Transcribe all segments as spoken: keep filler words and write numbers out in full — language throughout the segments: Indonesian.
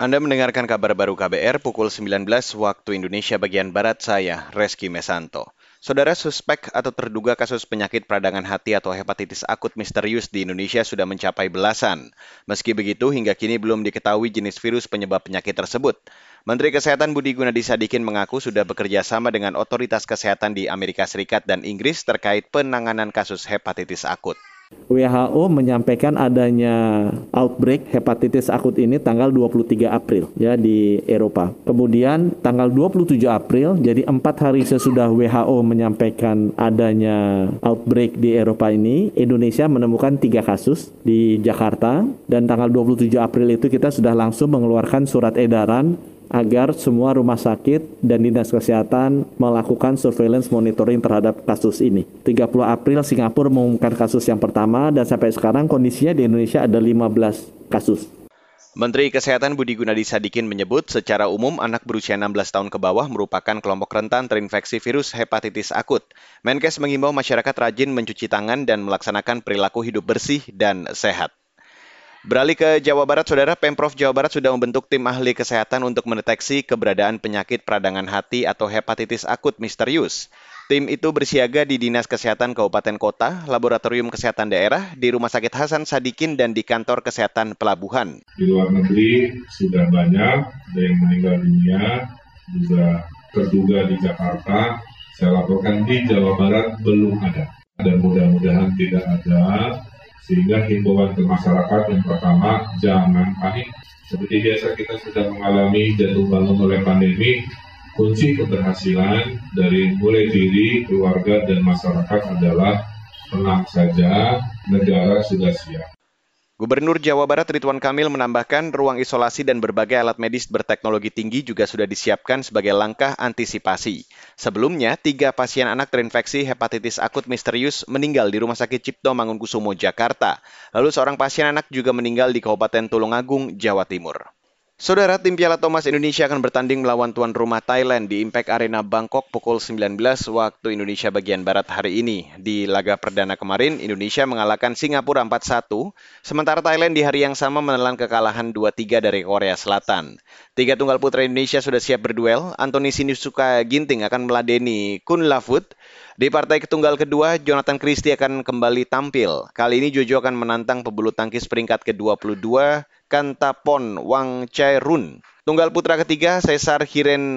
Anda mendengarkan kabar baru K B R pukul sembilan belas waktu Indonesia bagian Barat, saya Reski Mesanto. Saudara, suspek atau terduga kasus penyakit peradangan hati atau hepatitis akut misterius di Indonesia sudah mencapai belasan. Meski begitu, hingga kini belum diketahui jenis virus penyebab penyakit tersebut. Menteri Kesehatan Budi Gunadi Sadikin mengaku sudah bekerja sama dengan otoritas kesehatan di Amerika Serikat dan Inggris terkait penanganan kasus hepatitis akut. W H O menyampaikan adanya outbreak hepatitis akut ini tanggal dua puluh tiga April ya di Eropa. Kemudian tanggal dua puluh tujuh April, jadi empat hari sesudah W H O menyampaikan adanya outbreak di Eropa ini, Indonesia menemukan tiga kasus di Jakarta, dan tanggal dua puluh tujuh April itu kita sudah langsung mengeluarkan surat edaran agar semua rumah sakit dan dinas kesehatan melakukan surveillance monitoring terhadap kasus ini. tiga puluh April Singapura mengumumkan kasus yang pertama, dan sampai sekarang kondisinya di Indonesia ada lima belas kasus. Menteri Kesehatan Budi Gunadi Sadikin menyebut secara umum anak berusia enam belas tahun ke bawah merupakan kelompok rentan terinfeksi virus hepatitis akut. Menkes mengimbau masyarakat rajin mencuci tangan dan melaksanakan perilaku hidup bersih dan sehat. Beralih ke Jawa Barat, Saudara, Pemprov Jawa Barat sudah membentuk tim ahli kesehatan untuk mendeteksi keberadaan penyakit peradangan hati atau hepatitis akut misterius. Tim itu bersiaga di Dinas Kesehatan Kabupaten Kota, Laboratorium Kesehatan Daerah, di Rumah Sakit Hasan Sadikin, dan di Kantor Kesehatan Pelabuhan. Di luar negeri sudah banyak, ada yang meninggal dunia, juga terduga di Jakarta. Saya laporkan di Jawa Barat belum ada, dan mudah-mudahan tidak ada. Sehingga himbauan ke masyarakat yang pertama, jangan panik. Seperti biasa kita sudah mengalami jatuh bangun oleh pandemi, kunci keberhasilan dari mulai diri, keluarga, dan masyarakat adalah tenang saja, negara sudah siap. Gubernur Jawa Barat Ridwan Kamil menambahkan ruang isolasi dan berbagai alat medis berteknologi tinggi juga sudah disiapkan sebagai langkah antisipasi. Sebelumnya, tiga pasien anak terinfeksi hepatitis akut misterius meninggal di Rumah Sakit Cipto Mangunkusumo, Jakarta. Lalu seorang pasien anak juga meninggal di Kabupaten Tulungagung, Jawa Timur. Saudara, tim Piala Thomas Indonesia akan bertanding melawan tuan rumah Thailand di Impact Arena Bangkok pukul sembilan belas waktu Indonesia bagian Barat hari ini. Di laga perdana kemarin, Indonesia mengalahkan Singapura empat satu, sementara Thailand di hari yang sama menelan kekalahan dua tiga dari Korea Selatan. Tiga tunggal putra Indonesia sudah siap berduel. Anthony Sinisuka Ginting akan meladeni Kun Lafut. Di partai ketunggal kedua, Jonathan Christie akan kembali tampil. Kali ini Jojo akan menantang pebulu tangkis peringkat ke dua puluh dua, Kantapon Wangchaerun. Tunggal putra ketiga, Cesar Hiren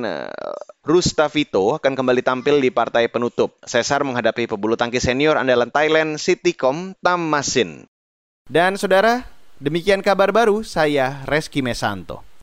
Rustavito akan kembali tampil di partai penutup. Cesar menghadapi pebulu tangkis senior andalan Thailand, Sittikom Thammassin. Dan saudara, demikian kabar baru, saya Reski Mesanto.